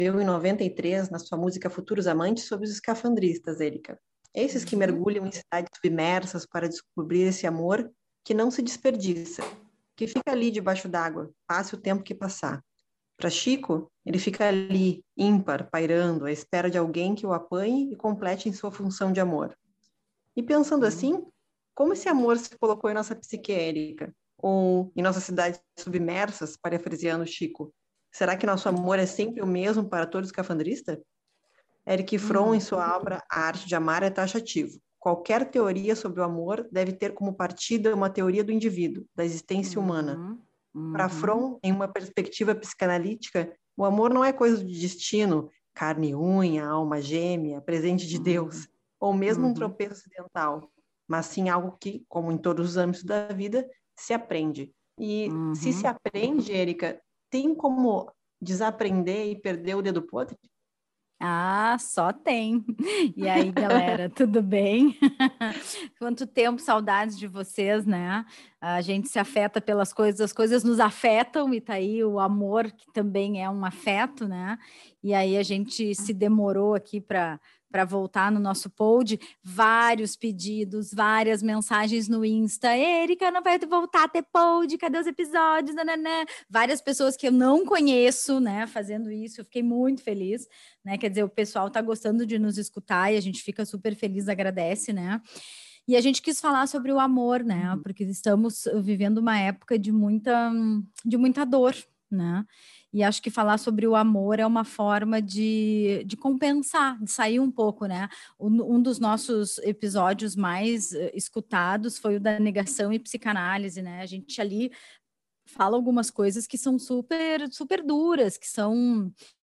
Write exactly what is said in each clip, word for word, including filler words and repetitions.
em noventa e três, na sua música Futuros Amantes, sobre os escafandristas, Érica. Esses que mergulham em cidades submersas para descobrir esse amor que não se desperdiça, que fica ali debaixo d'água, passe o tempo que passar. Para Chico, ele fica ali, ímpar, pairando, à espera de alguém que o apanhe e complete em sua função de amor. E pensando assim, como esse amor se colocou em nossa psique, Érica? Ou em nossas cidades submersas, parafraseando Chico? Será que nosso amor é sempre o mesmo para todo escafandrista? Eric Fromm, em sua obra A Arte de Amar, é taxativo. Qualquer teoria sobre o amor deve ter como partida uma teoria do indivíduo, da existência uhum, humana. uhum. Para Fromm, em uma perspectiva psicanalítica, o amor não é coisa de destino, carne e unha, alma gêmea, presente de uhum. Deus, ou mesmo uhum. um tropeço acidental, mas sim algo que, como em todos os âmbitos da vida, se aprende. E uhum. se se aprende, Érica, tem como desaprender e perder o dedo podre? Ah, só tem. E aí, galera, tudo bem? Quanto tempo, saudades de vocês, né? A gente se afeta pelas coisas, as coisas nos afetam, e tá aí o amor, que também é um afeto, né? E aí a gente se demorou aqui para para voltar no nosso pod, vários pedidos, várias mensagens no Insta. Érica, não vai voltar a ter pod, cadê os episódios? Nananã. Várias pessoas que eu não conheço, né, fazendo isso, eu fiquei muito feliz, né, quer dizer, o pessoal tá gostando de nos escutar e a gente fica super feliz, agradece, né. E a gente quis falar sobre o amor, né, porque estamos vivendo uma época de muita, de muita dor, né, e acho que falar sobre o amor é uma forma de, de compensar, de sair um pouco, né? Um dos nossos episódios mais escutados foi o da negação e psicanálise, né? A gente ali fala algumas coisas que são super, super duras, que são,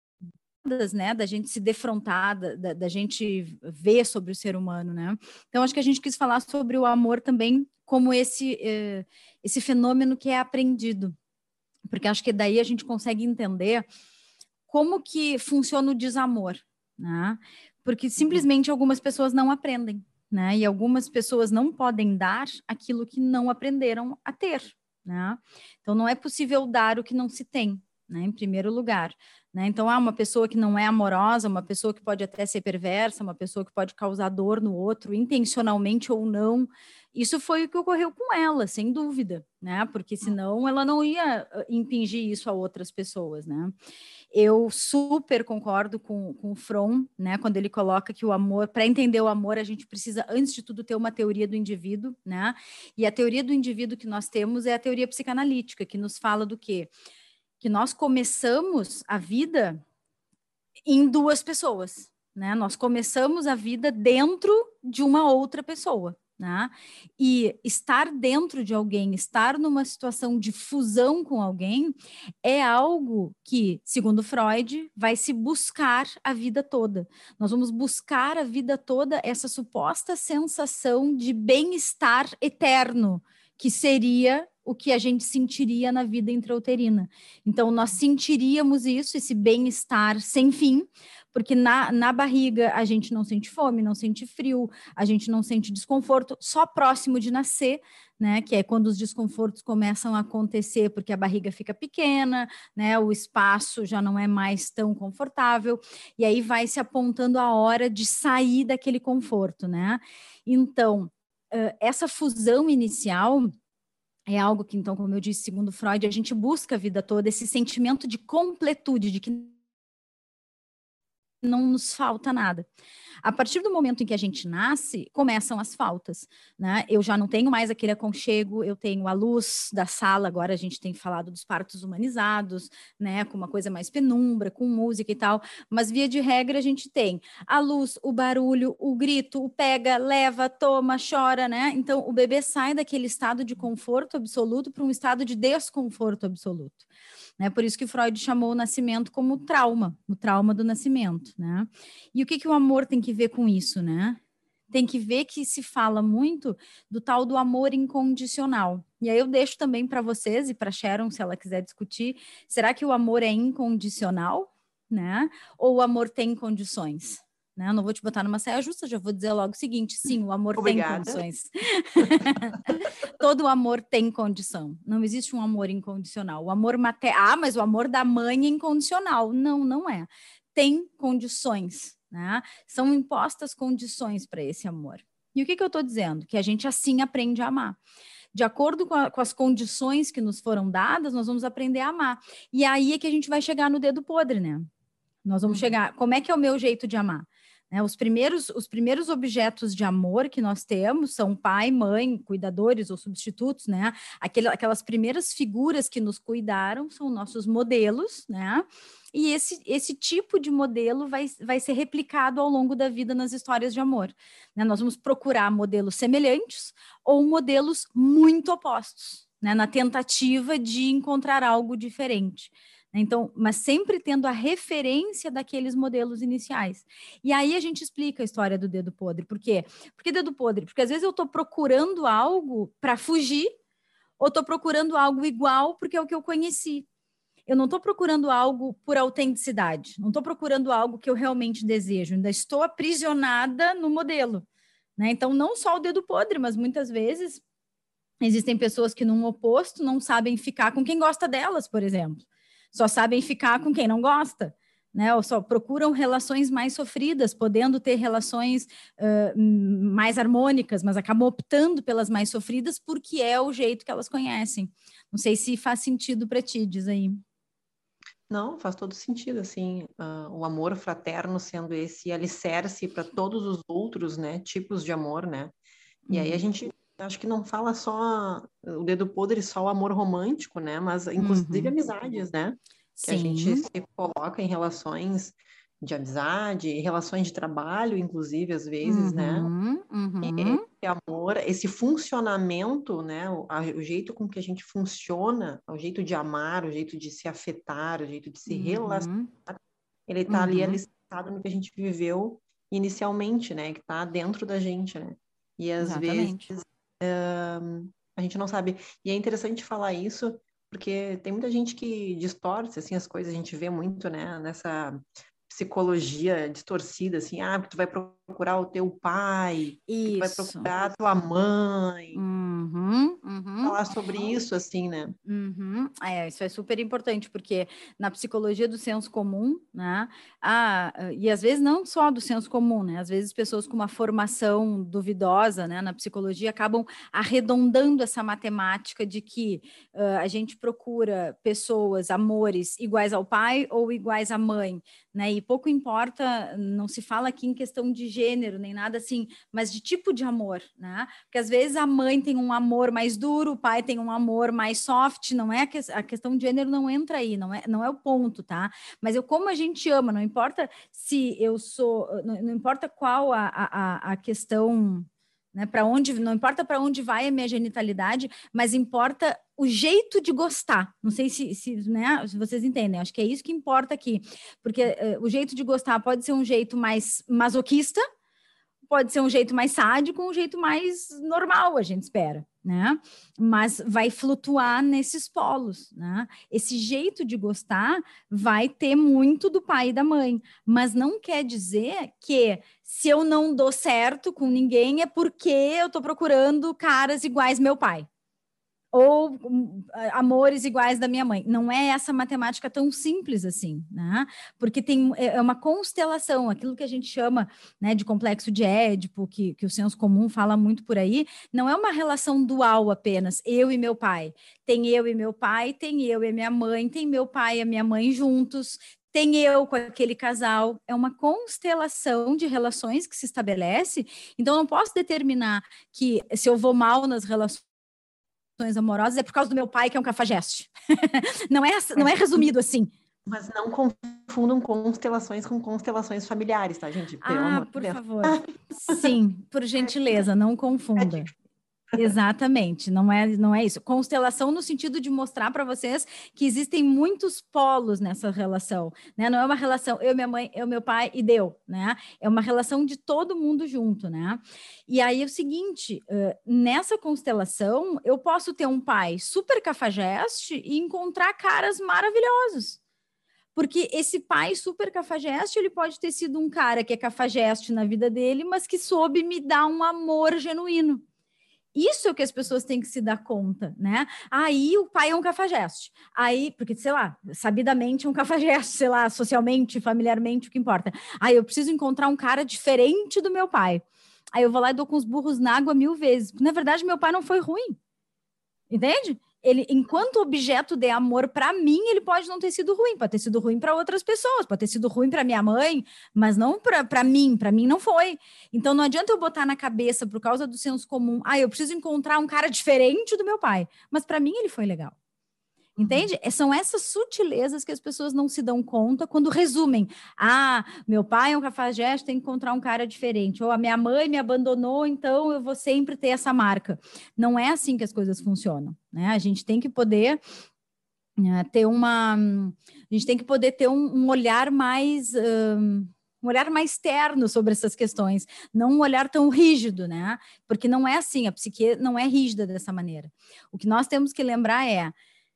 né, da gente se defrontar, da, da gente ver sobre o ser humano, né? Então, acho que a gente quis falar sobre o amor também como esse, esse fenômeno que é aprendido, porque acho que daí a gente consegue entender como que funciona o desamor, né? Porque simplesmente algumas pessoas não aprendem, né? E algumas pessoas não podem dar aquilo que não aprenderam a ter, né? Então não é possível dar o que não se tem, né? Em primeiro lugar, né? Então há uma pessoa que não é amorosa, uma pessoa que pode até ser perversa, uma pessoa que pode causar dor no outro, intencionalmente ou não. Isso foi o que ocorreu com ela, sem dúvida, né? Porque senão ela não ia impingir isso a outras pessoas, né? Eu super concordo com, com o Fromm, né? Quando ele coloca que o amor, para entender o amor, a gente precisa, antes de tudo, ter uma teoria do indivíduo, né? E a teoria do indivíduo que nós temos é a teoria psicanalítica, que nos fala do quê? Que nós começamos a vida em duas pessoas, né? Nós começamos a vida dentro de uma outra pessoa, né? E estar dentro de alguém, estar numa situação de fusão com alguém, é algo que, segundo Freud, vai se buscar a vida toda. Nós vamos buscar a vida toda essa suposta sensação de bem-estar eterno, que seria o que a gente sentiria na vida intrauterina. Então, nós sentiríamos isso, esse bem-estar sem fim, porque na, na barriga a gente não sente fome, não sente frio, a gente não sente desconforto, só próximo de nascer, né, que é quando os desconfortos começam a acontecer, porque a barriga fica pequena, né, o espaço já não é mais tão confortável, e aí vai se apontando a hora de sair daquele conforto, né. Então, essa fusão inicial é algo que, então, como eu disse, segundo Freud, a gente busca a vida toda esse sentimento de completude, de que não nos falta nada. A partir do momento em que a gente nasce, começam as faltas, né? Eu já não tenho mais aquele aconchego, eu tenho a luz da sala, agora a gente tem falado dos partos humanizados, né? Com uma coisa mais penumbra, com música e tal, mas via de regra a gente tem a luz, o barulho, o grito, o pega, leva, toma, chora, né? Então o bebê sai daquele estado de conforto absoluto para um estado de desconforto absoluto. Né? Por isso que Freud chamou o nascimento como trauma, o trauma do nascimento, né? E o que, que o amor tem que ver com isso, né? Tem que ver que se fala muito do tal do amor incondicional. E aí eu deixo também para vocês e para Sharon, se ela quiser discutir, será que o amor é incondicional, né? Ou o amor tem condições? Né? Eu não vou te botar numa saia justa, já vou dizer logo o seguinte, sim, o amor Obrigada. tem condições. Todo amor tem condição. Não existe um amor incondicional. O amor materno, ah, mas o amor da mãe é incondicional. Não, não é. tem condições, né? São impostas condições para esse amor. E o que, que eu estou dizendo? Que a gente assim aprende a amar. De acordo com, a, com as condições que nos foram dadas, nós vamos aprender a amar. E aí é que a gente vai chegar no dedo podre, né? Nós vamos uhum. chegar... Como é que é o meu jeito de amar? Né, os, primeiros, os primeiros objetos de amor que nós temos são pai, mãe, cuidadores ou substitutos, né? Aquele, aquelas primeiras figuras que nos cuidaram são nossos modelos, né? E esse, esse tipo de modelo vai, vai ser replicado ao longo da vida nas histórias de amor. Né? Nós vamos procurar modelos semelhantes ou modelos muito opostos, né? Na tentativa de encontrar algo diferente. Então, mas sempre tendo a referência daqueles modelos iniciais. E aí a gente explica a história do dedo podre. Por quê? Por que dedo podre? Porque às vezes eu estou procurando algo para fugir, ou estou procurando algo igual porque é o que eu conheci. Eu não estou procurando algo por autenticidade, não estou procurando algo que eu realmente desejo, ainda estou aprisionada no modelo. Né? Então, não só o dedo podre, mas muitas vezes existem pessoas que num oposto não sabem ficar com quem gosta delas, por exemplo. Só sabem ficar com quem não gosta, né? Ou só procuram relações mais sofridas, podendo ter relações uh, mais harmônicas, mas acabam optando pelas mais sofridas porque é o jeito que elas conhecem. Não sei se faz sentido para ti, diz aí. Não, faz todo sentido, assim, uh, o amor fraterno sendo esse alicerce para todos os outros, né, tipos de amor, né? E uhum. aí a gente... Acho que não fala só o dedo podre, só o amor romântico, né? Mas inclusive uhum. amizades, né? Sim. Que a gente se coloca em relações de amizade, relações de trabalho, inclusive, às vezes, uhum. né? Uhum. E esse amor, esse funcionamento, né? O, a, o jeito com que a gente funciona, o jeito de amar, o jeito de se afetar, o jeito de se uhum. relacionar, ele tá uhum. ali alicerçado no que a gente viveu inicialmente, né? Que tá dentro da gente, né? E às Exatamente. vezes a gente não sabe. E é interessante falar isso, porque tem muita gente que distorce, assim, as coisas. A gente vê muito, né, nessa psicologia distorcida, assim, ah, porque tu vai procurar o teu pai, que tu vai procurar a tua mãe. Uhum, uhum. Falar sobre isso, assim, né? Uhum. É, isso é super importante, porque na psicologia do senso comum, né, ah, e às vezes não só do senso comum, né, às vezes pessoas com uma formação duvidosa, né, na psicologia acabam arredondando essa matemática de que uh, a gente procura pessoas, amores iguais ao pai ou iguais à mãe, né, e pouco importa, não se fala aqui em questão de gênero, nem nada assim, mas de tipo de amor, né, porque às vezes a mãe tem um amor mais duro, o pai tem um amor mais soft, não é a, que, a questão de gênero não entra aí, não é, não é o ponto, tá? Mas eu como a gente ama, não importa se eu sou, não, não importa qual a, a, a questão, né? Para onde, não importa para onde vai a minha genitalidade, mas importa o jeito de gostar. Não sei se, se, né, se vocês entendem, acho que é isso que importa aqui, porque uh, o jeito de gostar pode ser um jeito mais masoquista, pode ser um jeito mais sádico, um jeito mais normal, a gente espera, né? Mas vai flutuar nesses polos, né? Esse jeito de gostar vai ter muito do pai e da mãe, mas não quer dizer que se eu não dou certo com ninguém é porque eu tô procurando caras iguais meu pai. Ou um, amores iguais da minha mãe. Não é essa matemática tão simples assim, né? Porque tem, é uma constelação, aquilo que a gente chama, né, de complexo de Édipo, que, que o senso comum fala muito por aí, não é uma relação dual apenas, eu e meu pai. Tem eu e meu pai, tem eu e minha mãe, tem meu pai e a minha mãe juntos, tem eu com aquele casal, é uma constelação de relações que se estabelece, então eu não posso determinar que se eu vou mal nas relações amorosas é por causa do meu pai, que é um cafajeste. não, é, não é resumido assim. Mas não confundam constelações com constelações familiares, tá, gente? Pelo ah, amor por de Deus. favor. Sim, por gentileza, não confunda. Exatamente, não é, não é isso. Constelação no sentido de mostrar para vocês que existem muitos polos nessa relação, né? Não é uma relação eu, minha mãe, eu, meu pai e deu, né? É uma relação de todo mundo junto, né? E aí é o seguinte, uh, nessa constelação eu posso ter um pai super cafajeste e encontrar caras maravilhosos. Porque esse pai super cafajeste, ele pode ter sido um cara que é cafajeste na vida dele, mas que soube me dar um amor genuíno. Isso é o que as pessoas têm que se dar conta, né? Aí o pai é um cafajeste. Aí, porque, sei lá, sabidamente é um cafajeste, sei lá, socialmente, familiarmente, o que importa. Aí eu preciso encontrar um cara diferente do meu pai. Aí eu vou lá e dou com os burros na água mil vezes. Na verdade, meu pai não foi ruim. Entende? Ele, enquanto objeto de amor para mim, ele pode não ter sido ruim, pode ter sido ruim para outras pessoas, pode ter sido ruim para minha mãe, mas não para mim, para mim não foi. Então não adianta eu botar na cabeça, por causa do senso comum, ah, eu preciso encontrar um cara diferente do meu pai, mas para mim ele foi legal. Entende? Uhum. São essas sutilezas que as pessoas não se dão conta quando resumem. Ah, meu pai é um cafajeste, tem que encontrar um cara diferente. Ou a minha mãe me abandonou, então eu vou sempre ter essa marca. Não é assim que as coisas funcionam, né? A gente tem que poder uh, ter uma... A gente tem que poder ter um, um olhar mais... Um, um olhar mais terno sobre essas questões, não um olhar tão rígido, né? Porque não é assim, a psique não é rígida dessa maneira. O que nós temos que lembrar é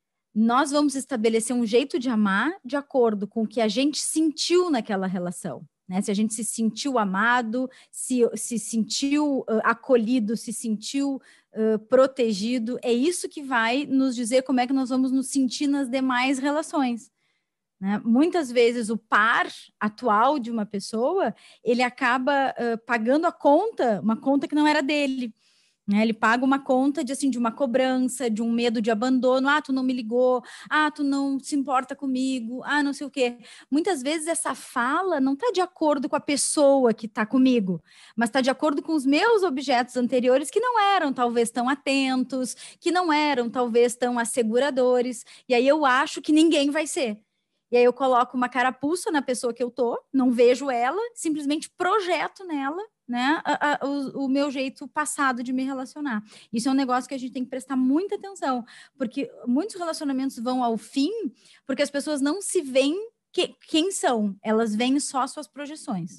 nós vamos estabelecer um jeito de amar de acordo com o que a gente sentiu naquela relação, né? Se a gente se sentiu amado, se, se sentiu uh, acolhido, se sentiu uh, protegido, é isso que vai nos dizer como é que nós vamos nos sentir nas demais relações, né? Muitas vezes o par atual de uma pessoa, ele acaba uh, pagando a conta, uma conta que não era dele. Né, ele paga uma conta de, assim, de uma cobrança, de um medo de abandono. Ah, tu não me ligou. Ah, tu não se importa comigo. Ah, não sei o quê. Muitas vezes essa fala não está de acordo com a pessoa que está comigo, mas está de acordo com os meus objetos anteriores que não eram talvez tão atentos, que não eram talvez tão asseguradores. E aí eu acho que ninguém vai ser. E aí eu coloco uma carapuça na pessoa que eu tô, não vejo ela, simplesmente projeto nela, né, a, a, o, o meu jeito passado de me relacionar. Isso é um negócio que a gente tem que prestar muita atenção, porque muitos relacionamentos vão ao fim porque as pessoas não se veem que, quem são, elas veem só suas projeções.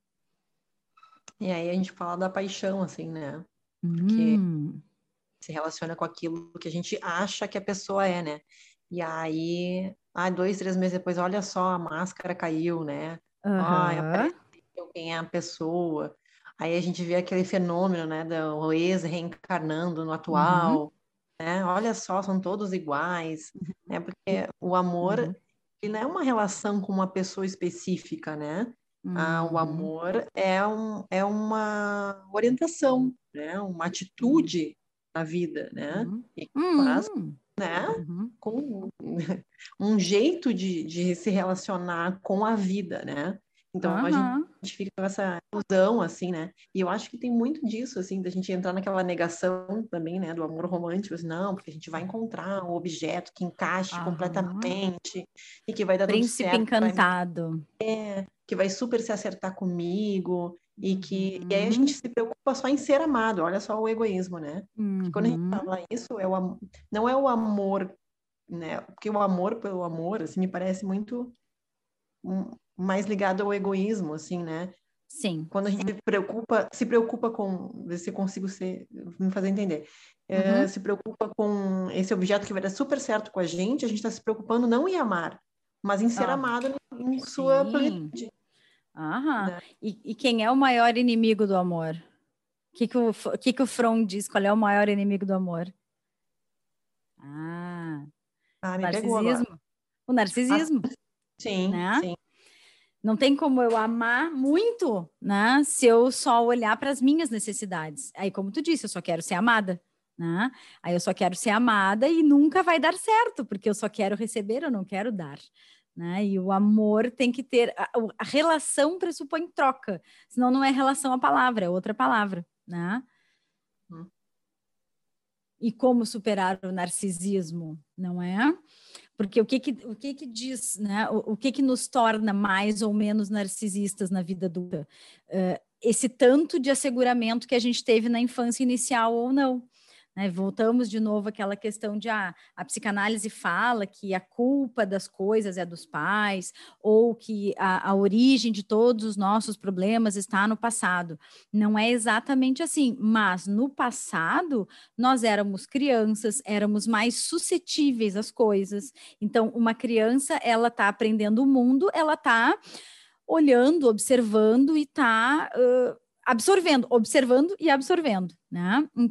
E aí a gente fala da paixão, assim, né? Porque hum. se relaciona com aquilo que a gente acha que a pessoa é, né? E aí, ah, dois, três meses depois, olha só, a máscara caiu, né? Uhum. Ai, apareceu quem é a pessoa. Aí a gente vê aquele fenômeno, né, do ex reencarnando no atual, uhum. né? Olha só, são todos iguais, uhum. né? Porque o amor, uhum. ele não é uma relação com uma pessoa específica, né? Uhum. Ah, o amor é, um, é uma orientação, né? Uma atitude uhum. na vida, né? Uhum. E faz, né? Uhum. Com um jeito de, de se relacionar com a vida, né? Então, uhum. a gente fica com essa ilusão, assim, né? E eu acho que tem muito disso, assim, da gente entrar naquela negação também, né? Do amor romântico, assim, não, porque a gente vai encontrar um objeto que encaixe uhum. completamente e que vai dar Príncipe tudo certo. Príncipe encantado. Vai, é, que vai super se acertar comigo e que... Uhum. E aí a gente se preocupa só em ser amado, olha só o egoísmo, né? Uhum. Porque quando a gente fala isso, é o, não é o amor, né? Porque o amor pelo amor, assim, me parece muito... Um, mais ligado ao egoísmo, assim, né? Sim. Quando a gente se preocupa, se preocupa com, ver se eu consigo ser, me fazer entender, uhum. é, se preocupa com esse objeto que vai dar super certo com a gente, a gente está se preocupando não em amar, mas em ser ah. amado em Sim. sua plenitude. Aham. Né? E, e quem é o maior inimigo do amor? O que que o, que que o Fromm diz? Qual é o maior inimigo do amor? Ah, ah o me narcisismo. pegou agora. O narcisismo. Ah, sim, né? sim. Não tem como eu amar muito, né? Se eu só olhar para as minhas necessidades. Aí, como tu disse, eu só quero ser amada, né? Aí eu só quero ser amada e nunca vai dar certo, porque eu só quero receber, eu não quero dar, né? E o amor tem que ter... A, a relação pressupõe troca, senão não é relação a palavra, é outra palavra, né? Hum. E como superar o narcisismo, não é? Porque o que que, o que, que diz, né? O, o que que nos torna mais ou menos narcisistas na vida adulta? Uh, esse tanto de asseguramento que a gente teve na infância inicial ou não. Né? Voltamos de novo àquela questão de ah, a psicanálise fala que a culpa das coisas é dos pais, ou que a, a origem de todos os nossos problemas está no passado. Não é exatamente assim, mas no passado nós éramos crianças, éramos mais suscetíveis às coisas. Então, uma criança, ela está aprendendo o mundo, ela está olhando, observando e está uh, absorvendo, observando e absorvendo, né? Então,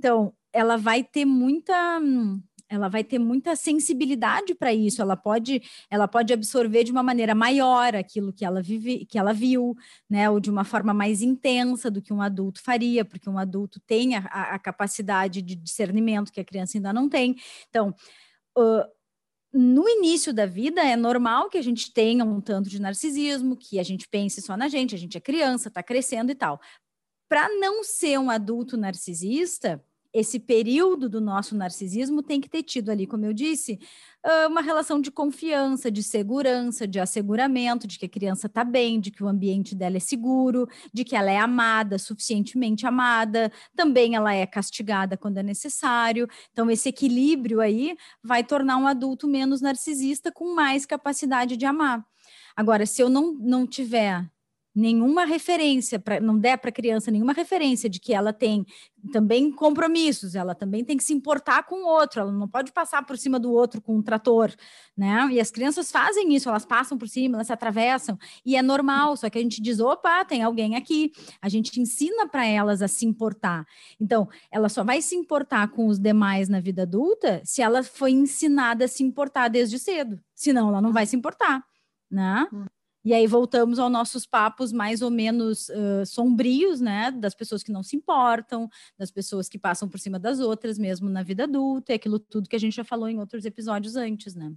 ela vai ter muita... ela vai ter muita sensibilidade para isso, ela pode, ela pode absorver de uma maneira maior aquilo que ela vive, que ela viu, né, ou de uma forma mais intensa do que um adulto faria, porque um adulto tem a, a capacidade de discernimento que a criança ainda não tem. Então, uh, no início da vida é normal que a gente tenha um tanto de narcisismo, que a gente pense só na gente, a gente é criança, está crescendo e tal. Para não ser um adulto narcisista, esse período do nosso narcisismo tem que ter tido ali, como eu disse, uma relação de confiança, de segurança, de asseguramento, de que a criança está bem, de que o ambiente dela é seguro, de que ela é amada, suficientemente amada, também ela é castigada quando é necessário. Então, esse equilíbrio aí vai tornar um adulto menos narcisista com mais capacidade de amar. Agora, se eu não, não tiver nenhuma referência, pra, não der para a criança nenhuma referência de que ela tem também compromissos, ela também tem que se importar com o outro, ela não pode passar por cima do outro com um trator, né? E as crianças fazem isso, elas passam por cima, elas se atravessam, e é normal, só que a gente diz, opa, tem alguém aqui, a gente ensina para elas a se importar. Então, ela só vai se importar com os demais na vida adulta se ela foi ensinada a se importar desde cedo, senão ela não vai se importar, né? E aí voltamos aos nossos papos mais ou menos uh, sombrios, né? Das pessoas que não se importam, das pessoas que passam por cima das outras, mesmo na vida adulta, e aquilo tudo que a gente já falou em outros episódios antes, né?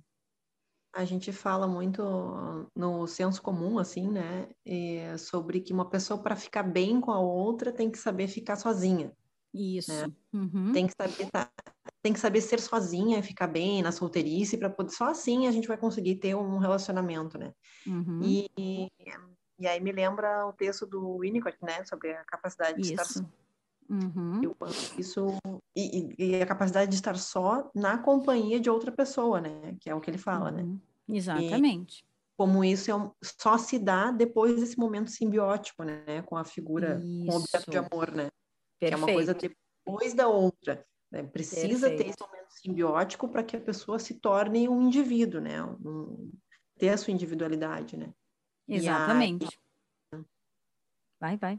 A gente fala muito no senso comum, assim, né? E sobre que uma pessoa, para ficar bem com a outra, tem que saber ficar sozinha. Isso. Né? Uhum. Tem que saber tá, tem que saber ser sozinha e ficar bem na solteirice, para poder só assim a gente vai conseguir ter um relacionamento, né? Uhum. E, e, e aí me lembra o texto do Winnicott, né? Sobre a capacidade de Isso. estar só. Uhum. Isso, e, e a capacidade de estar só na companhia de outra pessoa, né? Que é o que ele fala, Uhum. né? Exatamente. E como isso é um, só se dá depois desse momento simbiótico, né? Com a figura, isso. com o objeto de amor, né? Perfeito. Que é uma coisa depois da outra. Né? Precisa Perfeito. ter esse momento simbiótico para que a pessoa se torne um indivíduo, né? Um, ter a sua individualidade, né? Exatamente. E aí... Vai, vai.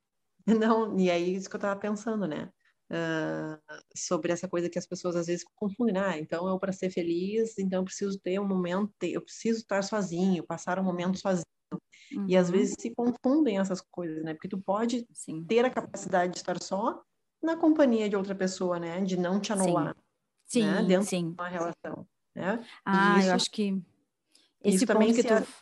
Não, e aí isso que eu estava pensando, né? Uh, sobre essa coisa que as pessoas às vezes confundem, ah, então eu para ser feliz, então eu preciso ter um momento, eu preciso estar sozinho, passar um momento sozinho. Uhum. E às vezes se confundem essas coisas, né? Porque tu pode Sim. ter a capacidade de estar só na companhia de outra pessoa, né? De não te anular, sim, né? sim, Dentro sim. de uma relação, né? Ah, E isso, eu acho que esse isso ponto também que se... tu... A...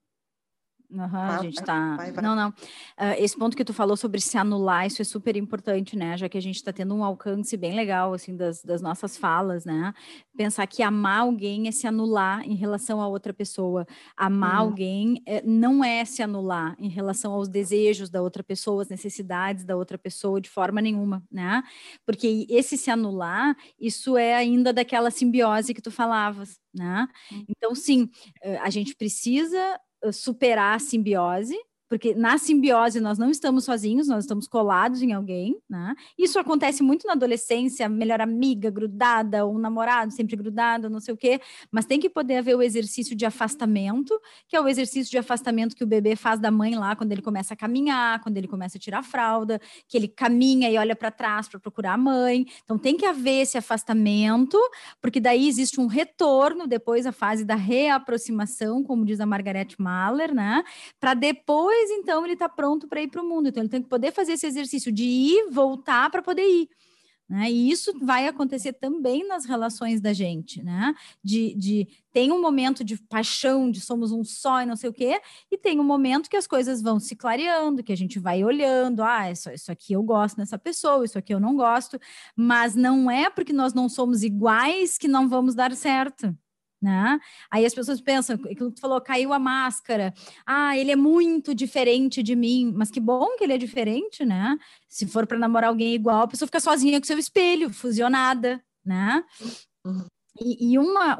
Uhum, a gente vai, tá... vai, vai. Não, não. Uh, esse ponto que tu falou sobre se anular, isso é super importante, né? Já que a gente está tendo um alcance bem legal, assim, das, das nossas falas, né? Pensar que amar alguém é se anular em relação a outra pessoa. Amar Uhum. alguém é, não é se anular em relação aos desejos da outra pessoa, às necessidades da outra pessoa, de forma nenhuma, né? Porque esse se anular, isso é ainda daquela simbiose que tu falavas, né? Uhum. Então, sim, a gente precisa superar a simbiose, porque na simbiose nós não estamos sozinhos, nós estamos colados em alguém, né? Isso acontece muito na adolescência, melhor amiga grudada, ou um namorado sempre grudado, não sei o quê, mas tem que poder haver o exercício de afastamento, que é o exercício de afastamento que o bebê faz da mãe lá quando ele começa a caminhar, quando ele começa a tirar a fralda, que ele caminha e olha para trás para procurar a mãe. Então tem que haver esse afastamento, porque daí existe um retorno, depois a fase da reaproximação, como diz a Margaret Mahler, né? Para depois, então, ele está pronto para ir para o mundo. Então, ele tem que poder fazer esse exercício de ir, voltar para poder ir. Né? E isso vai acontecer também nas relações da gente, né? De, de tem um momento de paixão, de somos um só e não sei o quê, e tem um momento que as coisas vão se clareando, que a gente vai olhando, ah, isso, isso aqui eu gosto nessa pessoa, isso aqui eu não gosto, mas não é porque nós não somos iguais que não vamos dar certo. Né? Aí as pessoas pensam, aquilo que tu falou, caiu a máscara, ah, ele é muito diferente de mim, mas que bom que ele é diferente, né? Se for para namorar alguém igual, a pessoa fica sozinha com seu espelho, fusionada, né? Uhum. E, e uma,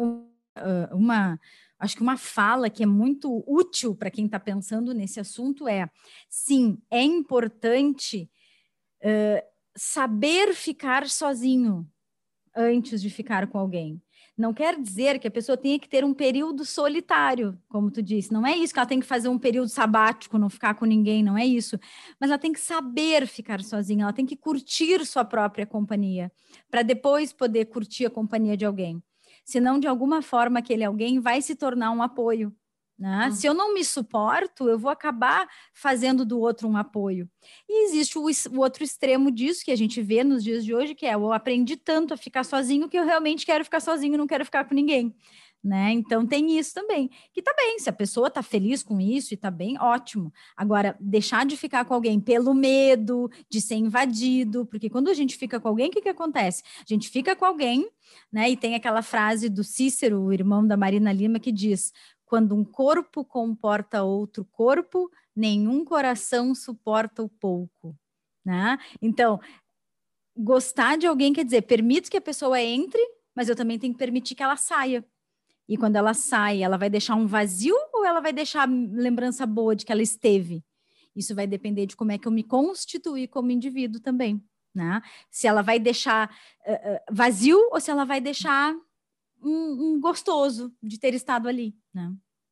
uma, acho que uma fala que é muito útil para quem está pensando nesse assunto é, sim, é importante uh, saber ficar sozinho antes de ficar com alguém. Não quer dizer que a pessoa tenha que ter um período solitário, como tu disse. Não é isso que ela tem que fazer um período sabático, não ficar com ninguém, não é isso. Mas ela tem que saber ficar sozinha, ela tem que curtir sua própria companhia, para depois poder curtir a companhia de alguém. Senão, de alguma forma, aquele alguém vai se tornar um apoio. Né? Hum. Se eu não me suporto, eu vou acabar fazendo do outro um apoio. E existe o, o outro extremo disso que a gente vê nos dias de hoje, que é eu aprendi tanto a ficar sozinho que eu realmente quero ficar sozinho, não quero ficar com ninguém. Né? Então tem isso também, que tá bem, se a pessoa tá feliz com isso e tá bem, ótimo. Agora, deixar de ficar com alguém pelo medo de ser invadido, porque quando a gente fica com alguém, o que que acontece? A gente fica com alguém, né? E tem aquela frase do Cícero, o irmão da Marina Lima, que diz: quando um corpo comporta outro corpo, nenhum coração suporta o pouco. Né? Então, gostar de alguém quer dizer, permito que a pessoa entre, mas eu também tenho que permitir que ela saia. E quando ela sai, ela vai deixar um vazio ou ela vai deixar lembrança boa de que ela esteve? Isso vai depender de como é que eu me constituí como indivíduo também, né? Se ela vai deixar uh, uh, vazio ou se ela vai deixar um, um gostoso de ter estado ali, né?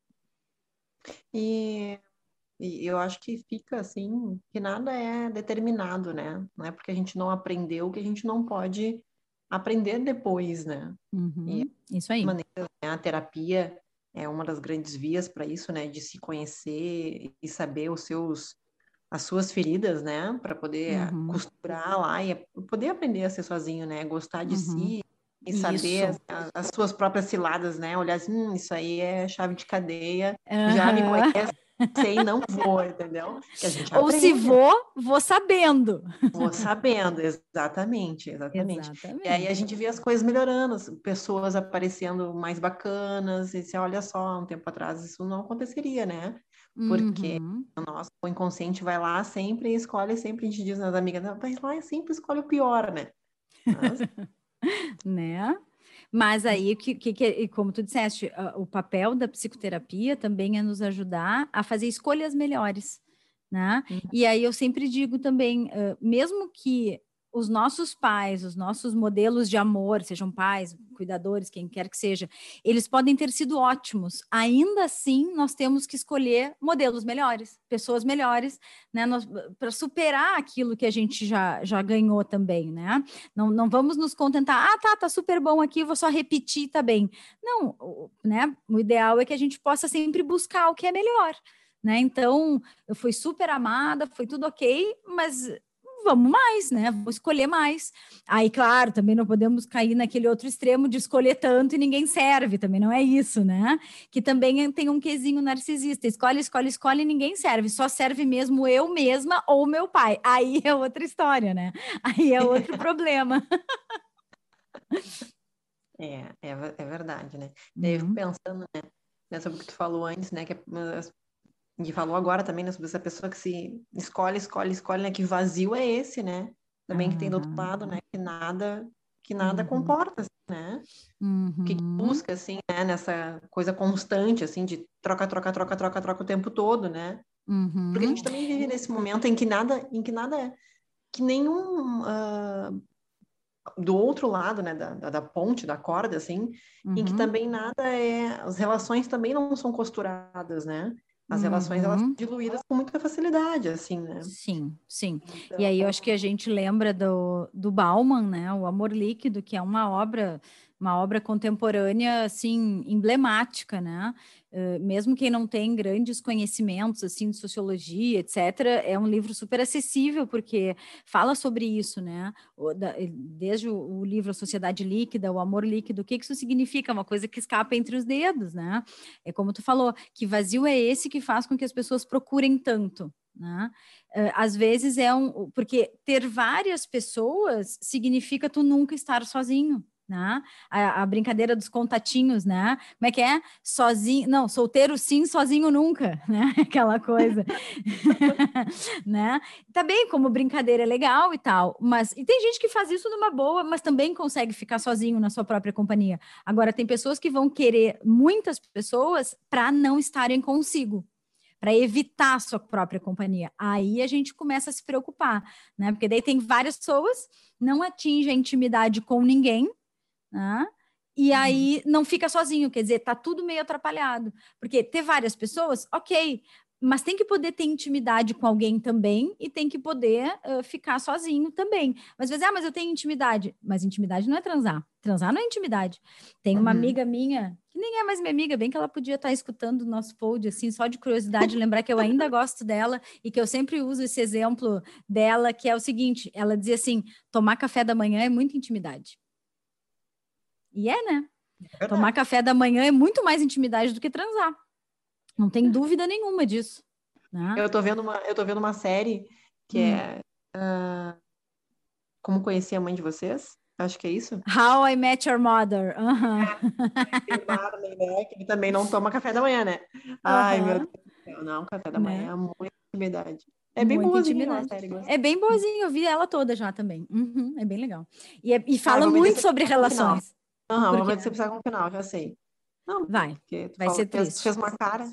E, e eu acho que fica assim, que nada é determinado, né? Não é porque a gente não aprendeu que a gente não pode aprender depois, né? Uhum, e isso aí. Maneiras, né? A terapia é uma das grandes vias para isso, né? De se conhecer e saber os seus, as suas feridas, né? Para poder Uhum. costurar lá e poder aprender a ser sozinho, né? Gostar de Uhum. si e saber as, as suas próprias ciladas, né? Olhar assim, hum, isso aí é chave de cadeia, uhum. já me conheço, sei, não vou, entendeu? Que a gente Ou aprende. se vou, vou sabendo. Vou sabendo, exatamente, exatamente. Exatamente. E aí a gente vê as coisas melhorando, pessoas aparecendo mais bacanas, e você olha só, um tempo atrás isso não aconteceria, né? Porque uhum. o nosso inconsciente vai lá sempre e escolhe, sempre a gente diz nas amigas, não, vai lá e sempre escolhe o pior, né? Mas... né? Mas aí, que, que, como tu disseste, o papel da psicoterapia também é nos ajudar a fazer escolhas melhores, né? Uhum. E aí eu sempre digo também, mesmo que os nossos pais, os nossos modelos de amor, sejam pais, cuidadores, quem quer que seja, eles podem ter sido ótimos. Ainda assim, nós temos que escolher modelos melhores, pessoas melhores, né, para superar aquilo que a gente já, já ganhou também, né? Não, não vamos nos contentar, ah, tá, tá super bom aqui, vou só repetir, tá bem. Não, né? O ideal é que a gente possa sempre buscar o que é melhor, né? Então, eu fui super amada, foi tudo ok, mas vamos mais, né? Vou escolher mais. Aí, claro, também não podemos cair naquele outro extremo de escolher tanto e ninguém serve, também não é isso, né? Que também tem um quesinho narcisista, escolhe, escolhe, escolhe e ninguém serve, só serve mesmo eu mesma ou meu pai. Aí é outra história, né? Aí é outro problema. É, é, é verdade, né? Daí eu fico pensando, né, sobre o que tu falou antes, né, que e falou agora também, né, sobre essa pessoa que se escolhe, escolhe, escolhe, né? Que vazio é esse, né? Também uhum. Que tem do outro lado, né? Que nada, que nada uhum. comporta, assim, né? Uhum. Que busca, assim, né? Nessa coisa constante, assim, de troca, troca, troca, troca, troca o tempo todo, né? Uhum. Porque a gente também vive nesse momento em que nada, em que nada é, que nenhum... Uh, do outro lado, né, da, da ponte, da corda, assim, uhum. Em que também nada é... As relações também não são costuradas, né? As relações, uhum. Elas são diluídas com muita facilidade, assim, né? Sim, sim. Então... E aí eu acho que a gente lembra do, do Bauman, né? O Amor Líquido, que é uma obra, uma obra contemporânea, assim, emblemática, né? Uh, mesmo quem não tem grandes conhecimentos, assim, de sociologia, etcétera, é um livro super acessível, porque fala sobre isso, né? O, da, desde o, o livro A Sociedade Líquida, O Amor Líquido, o que, que isso significa? Uma coisa que escapa entre os dedos, né? É como tu falou, que vazio é esse que faz com que as pessoas procurem tanto, né? Uh, às vezes é um... Porque ter várias pessoas significa tu nunca estar sozinho. Né? A, a brincadeira dos contatinhos, né? Como é que é? Sozinho, não, solteiro sim, sozinho nunca, né? Aquela coisa, né? Tá bem, como brincadeira é legal e tal, mas e tem gente que faz isso numa boa, mas também consegue ficar sozinho na sua própria companhia. Agora tem pessoas que vão querer muitas pessoas para não estarem consigo, para evitar a sua própria companhia. Aí a gente começa a se preocupar, né? Porque daí tem várias pessoas, não atinge a intimidade com ninguém, né? E aí não fica sozinho, quer dizer, tá tudo meio atrapalhado. Porque ter várias pessoas, ok, mas tem que poder ter intimidade com alguém também e tem que poder uh, ficar sozinho também. Mas às vezes, ah, mas eu tenho intimidade. Mas intimidade não é transar. Transar não é intimidade. Tem uma uhum. amiga minha, que nem é mais minha amiga, bem que ela podia estar escutando o nosso pod, assim, só de curiosidade, lembrar que eu ainda gosto dela e que eu sempre uso esse exemplo dela, que é o seguinte, ela dizia assim, tomar café da manhã é muita intimidade. E é, né? É tomar café da manhã é muito mais intimidade do que transar. Não tem dúvida nenhuma disso. Né? Eu tô vendo uma, eu tô vendo uma série que hum. é uh, Como Conhecer a Mãe de Vocês. Acho que é isso. How I Met Your Mother. Uh-huh. Tem o Barney, né? Que ele também não toma café da manhã, né? Ai, uh-huh. meu Deus do céu. Não, café da manhã é muita intimidade. É bem boazinha a série. É bem boazinha, eu vi ela toda já também. Uhum, é bem legal. E, é, e fala ah, muito sobre relações. Aham, uhum, vou me decepcionar com o final, já sei. Não, vai, vai falou, ser triste. Tu fez uma cara...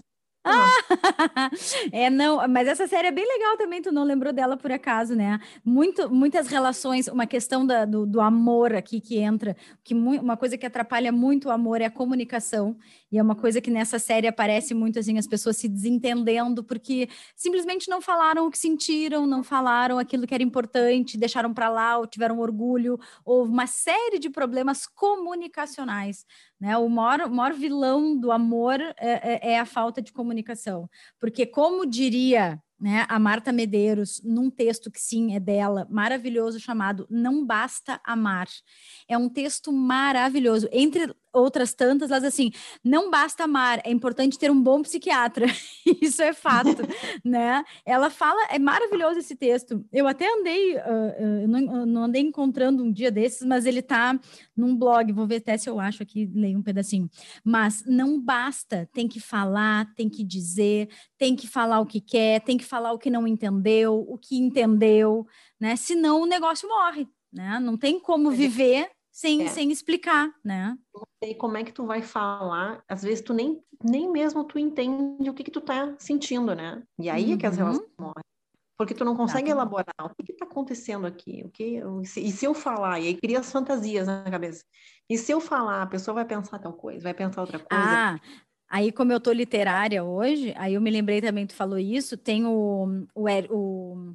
Ah! É, não, mas essa série é bem legal também, tu não lembrou dela por acaso, né? Muito, muitas relações, uma questão da, do, do amor aqui que entra, que mu- uma coisa que atrapalha muito o amor é a comunicação, e é uma coisa que nessa série aparece muito, assim, as pessoas se desentendendo, porque simplesmente não falaram o que sentiram, não falaram aquilo que era importante, deixaram para lá, ou tiveram orgulho, ou uma série de problemas comunicacionais, né? O maior, o maior vilão do amor é, é, é a falta de comunicação, porque como diria, né, a Marta Medeiros, num texto que sim, é dela, maravilhoso, chamado Não Basta Amar. É um texto maravilhoso. Entre outras tantas, elas assim, não basta amar, é importante ter um bom psiquiatra. Isso é fato, né? Ela fala, é maravilhoso esse texto. Eu até andei, uh, uh, não, não andei encontrando um dia desses, mas ele tá num blog, vou ver até se eu acho aqui, leio um pedacinho. Mas não basta, tem que falar, tem que dizer, tem que falar o que quer, tem que falar o que não entendeu, o que entendeu, né? Senão o negócio morre, né? Não tem como viver sem, é. sem explicar, né? Não sei como é que tu vai falar, às vezes tu nem, nem mesmo tu entende o que que tu tá sentindo, né? E aí uhum. é que as relações morrem. Porque tu não consegue tá, elaborar o que que tá acontecendo aqui, o que, e se eu falar, e aí cria as fantasias na cabeça. E se eu falar, a pessoa vai pensar tal coisa, vai pensar outra coisa. Ah, aí como eu tô literária hoje, aí eu me lembrei também, tu falou isso, tem o, o, o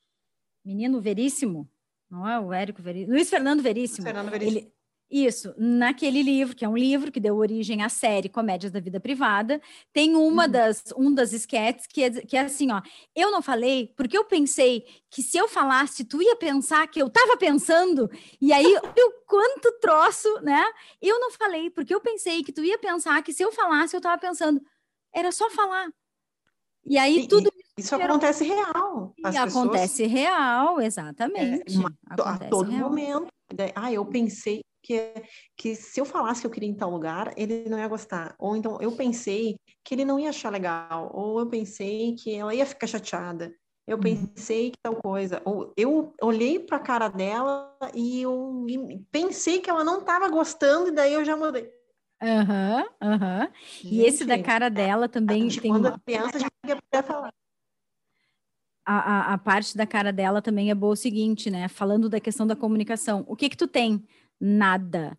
menino Veríssimo, não é o Érico Veríssimo, Luiz Fernando Veríssimo. Luiz Fernando Veríssimo. Ele, isso, naquele livro, que é um livro que deu origem à série Comédias da Vida Privada, tem uma uhum. das, um das esquetes que é, que é assim, ó, eu não falei porque eu pensei que se eu falasse, tu ia pensar que eu tava pensando, e aí eu quanto troço, né? Eu não falei porque eu pensei que tu ia pensar que se eu falasse, eu tava pensando. Era só falar. E aí e, tudo... Isso acontece real. As acontece pessoas... real, exatamente. É, acontece a todo real. momento. Ah, eu pensei que, que se eu falasse que eu queria ir em tal lugar, ele não ia gostar. Ou então, eu pensei que ele não ia achar legal. Ou eu pensei que ela ia ficar chateada. Eu pensei que tal coisa. Ou eu olhei para a cara dela e eu e pensei que ela não estava gostando, e daí eu já mudei. Aham, uhum, aham. Uhum. E esse da cara dela também gente, tem... Quando a criança já podia falar. A, a, a parte da cara dela também é boa o seguinte, né? Falando da questão da comunicação. O que que tu tem? Nada.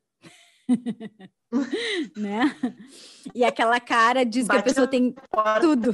Né? E aquela cara diz Bate que a pessoa tem porta. Tudo.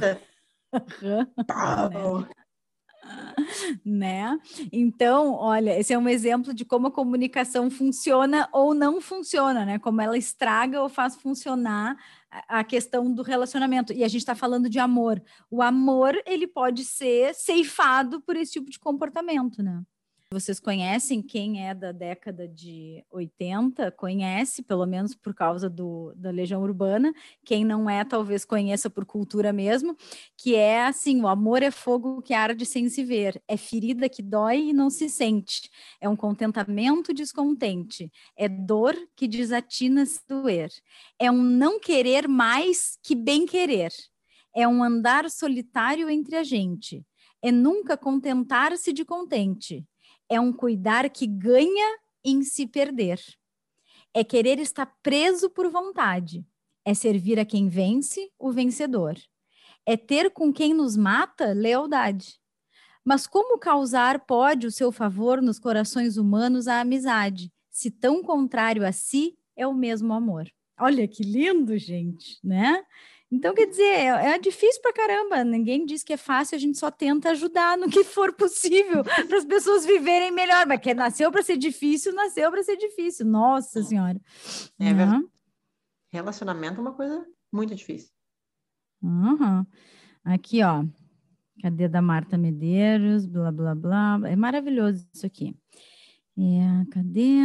Uhum. Né? Né? Então, olha, esse é um exemplo de como a comunicação funciona ou não funciona, né? Como ela estraga ou faz funcionar a questão do relacionamento. E a gente está falando de amor. O amor, ele pode ser ceifado por esse tipo de comportamento, né? Vocês conhecem, quem é da década de oitenta, conhece, pelo menos por causa do, da Legião Urbana. Quem não é, talvez conheça por cultura mesmo, que é assim, o amor é fogo que arde sem se ver, é ferida que dói e não se sente, é um contentamento descontente, é dor que desatina se doer, é um não querer mais que bem querer, é um andar solitário entre a gente, é nunca contentar-se de contente, é um cuidar que ganha em se perder. É querer estar preso por vontade. É servir a quem vence, o vencedor. É ter com quem nos mata, lealdade. Mas como causar pode o seu favor nos corações humanos a amizade, se tão contrário a si é o mesmo amor. Olha que lindo, gente, né? Então, quer dizer, é, é difícil pra caramba. Ninguém diz que é fácil, a gente só tenta ajudar no que for possível para as pessoas viverem melhor. Mas que nasceu para ser difícil, nasceu para ser difícil. Nossa Senhora. É verdade. Uhum. Relacionamento é uma coisa muito difícil. Uhum. Aqui, ó. Cadê da Marta Medeiros? Blá, blá, blá. É maravilhoso isso aqui. É, cadê?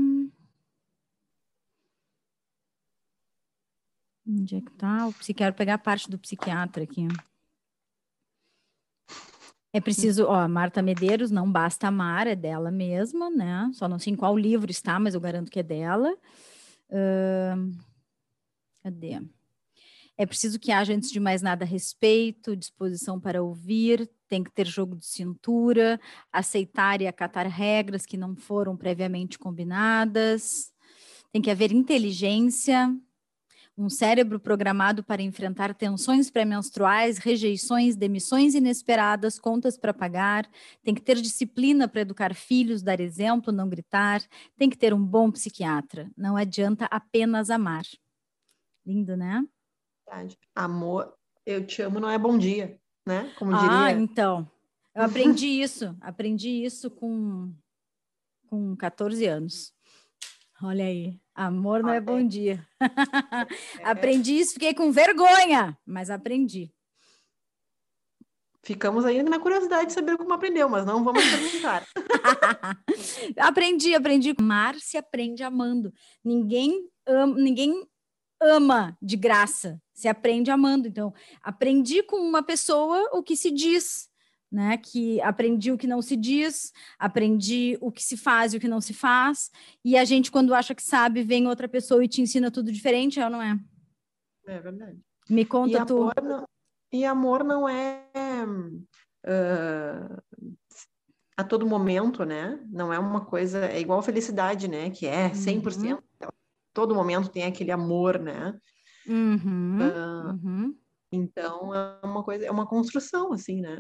Onde é que tá? O psiquiatra, pegar a parte do psiquiatra aqui. É preciso, ó, Marta Medeiros, Não Basta Amar, é dela mesma, né? Só não sei em qual livro está, mas eu garanto que é dela. Uh, cadê? É preciso que haja, antes de mais nada, respeito, disposição para ouvir, tem que ter jogo de cintura, aceitar e acatar regras que não foram previamente combinadas, tem que haver inteligência, um cérebro programado para enfrentar tensões pré-menstruais, rejeições, demissões inesperadas, contas para pagar, tem que ter disciplina para educar filhos, dar exemplo, não gritar, tem que ter um bom psiquiatra, não adianta apenas amar. Lindo, né? Verdade. Amor, eu te amo não é bom dia, né? Como Ah, diria. então, eu aprendi isso, aprendi isso com, com catorze anos. Olha aí, amor não é bom dia. Aprendi isso, fiquei com vergonha, mas aprendi. Ficamos ainda na curiosidade de saber como aprendeu, mas não vamos perguntar. Aprendi, aprendi. Amar se aprende amando. Ninguém ama, ninguém ama de graça, se aprende amando. Então, aprendi com uma pessoa o que se diz, né? Que aprendi o que não se diz, aprendi o que se faz e o que não se faz. E a gente, quando acha que sabe, vem outra pessoa e te ensina tudo diferente, é ou não é? É verdade. Me E conta tu. amor não, e amor não é uh, a todo momento, né? Não é uma coisa, é igual a felicidade, né? Que é cem por cento. Uhum. Todo momento tem aquele amor, né? Uhum. Uh, Uhum. então é uma coisa, é uma construção, assim, né?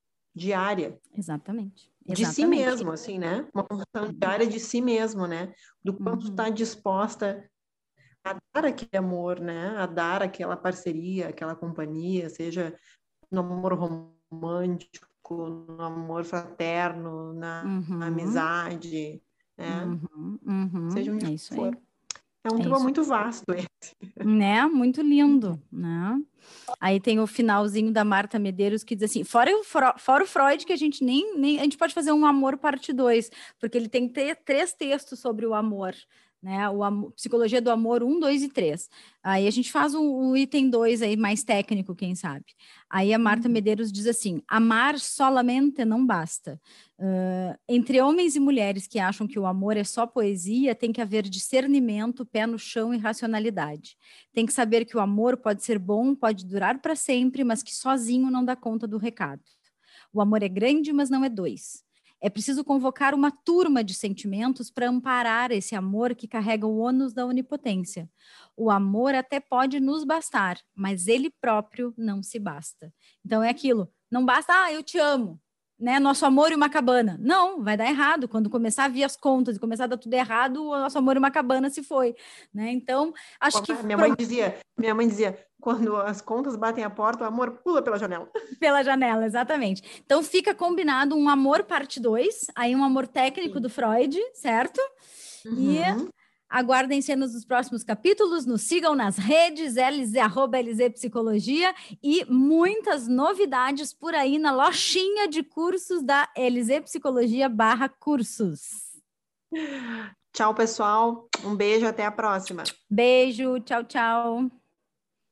Diária. Exatamente. De si Exatamente. mesmo, assim, né? Uma construção diária de si mesmo, né? Do quanto está Uhum. disposta a dar aquele amor, né? A dar aquela parceria, aquela companhia, seja no amor romântico, no amor fraterno, na, na Uhum. amizade, né? Uhum. Uhum. Seja onde É isso for. aí. É um É tema isso. muito vasto esse. Né? Muito lindo, né? Aí tem o finalzinho da Marta Medeiros que diz assim, fora o, Fro- fora o Freud, que a gente nem, nem... A gente pode fazer um amor parte dois, porque ele tem te- três textos sobre o amor, né? O amo- Psicologia do Amor um, dois e três. Aí a gente faz um, um item dois aí, mais técnico, quem sabe. Aí a Marta Uhum. Medeiros diz assim, amar solamente não basta. Uh, entre homens e mulheres que acham que o amor é só poesia, tem que haver discernimento, pé no chão e racionalidade. Tem que saber que o amor pode ser bom, pode durar para sempre, mas que sozinho não dá conta do recado. O amor é grande, mas não é dois. É preciso convocar uma turma de sentimentos para amparar esse amor que carrega o ônus da onipotência. O amor até pode nos bastar, mas ele próprio não se basta. Então é aquilo, não basta, ah, eu te amo, né? Nosso amor e uma cabana. Não, vai dar errado. Quando começar a vir as contas e começar a dar tudo errado, o nosso amor e uma cabana se foi, né? Então, acho que Minha mãe dizia, minha mãe dizia, quando as contas batem a porta, o amor pula pela janela. pela janela, exatamente. Então fica combinado um amor parte dois, aí um amor técnico Sim. do Freud, certo? E Uhum. aguardem cenas dos próximos capítulos, nos sigam nas redes, L Z, arroba L Z Psicologia, e muitas novidades por aí na lojinha de cursos da L Z Psicologia barra cursos. Tchau, pessoal. Um beijo, até a próxima. Beijo, tchau, tchau.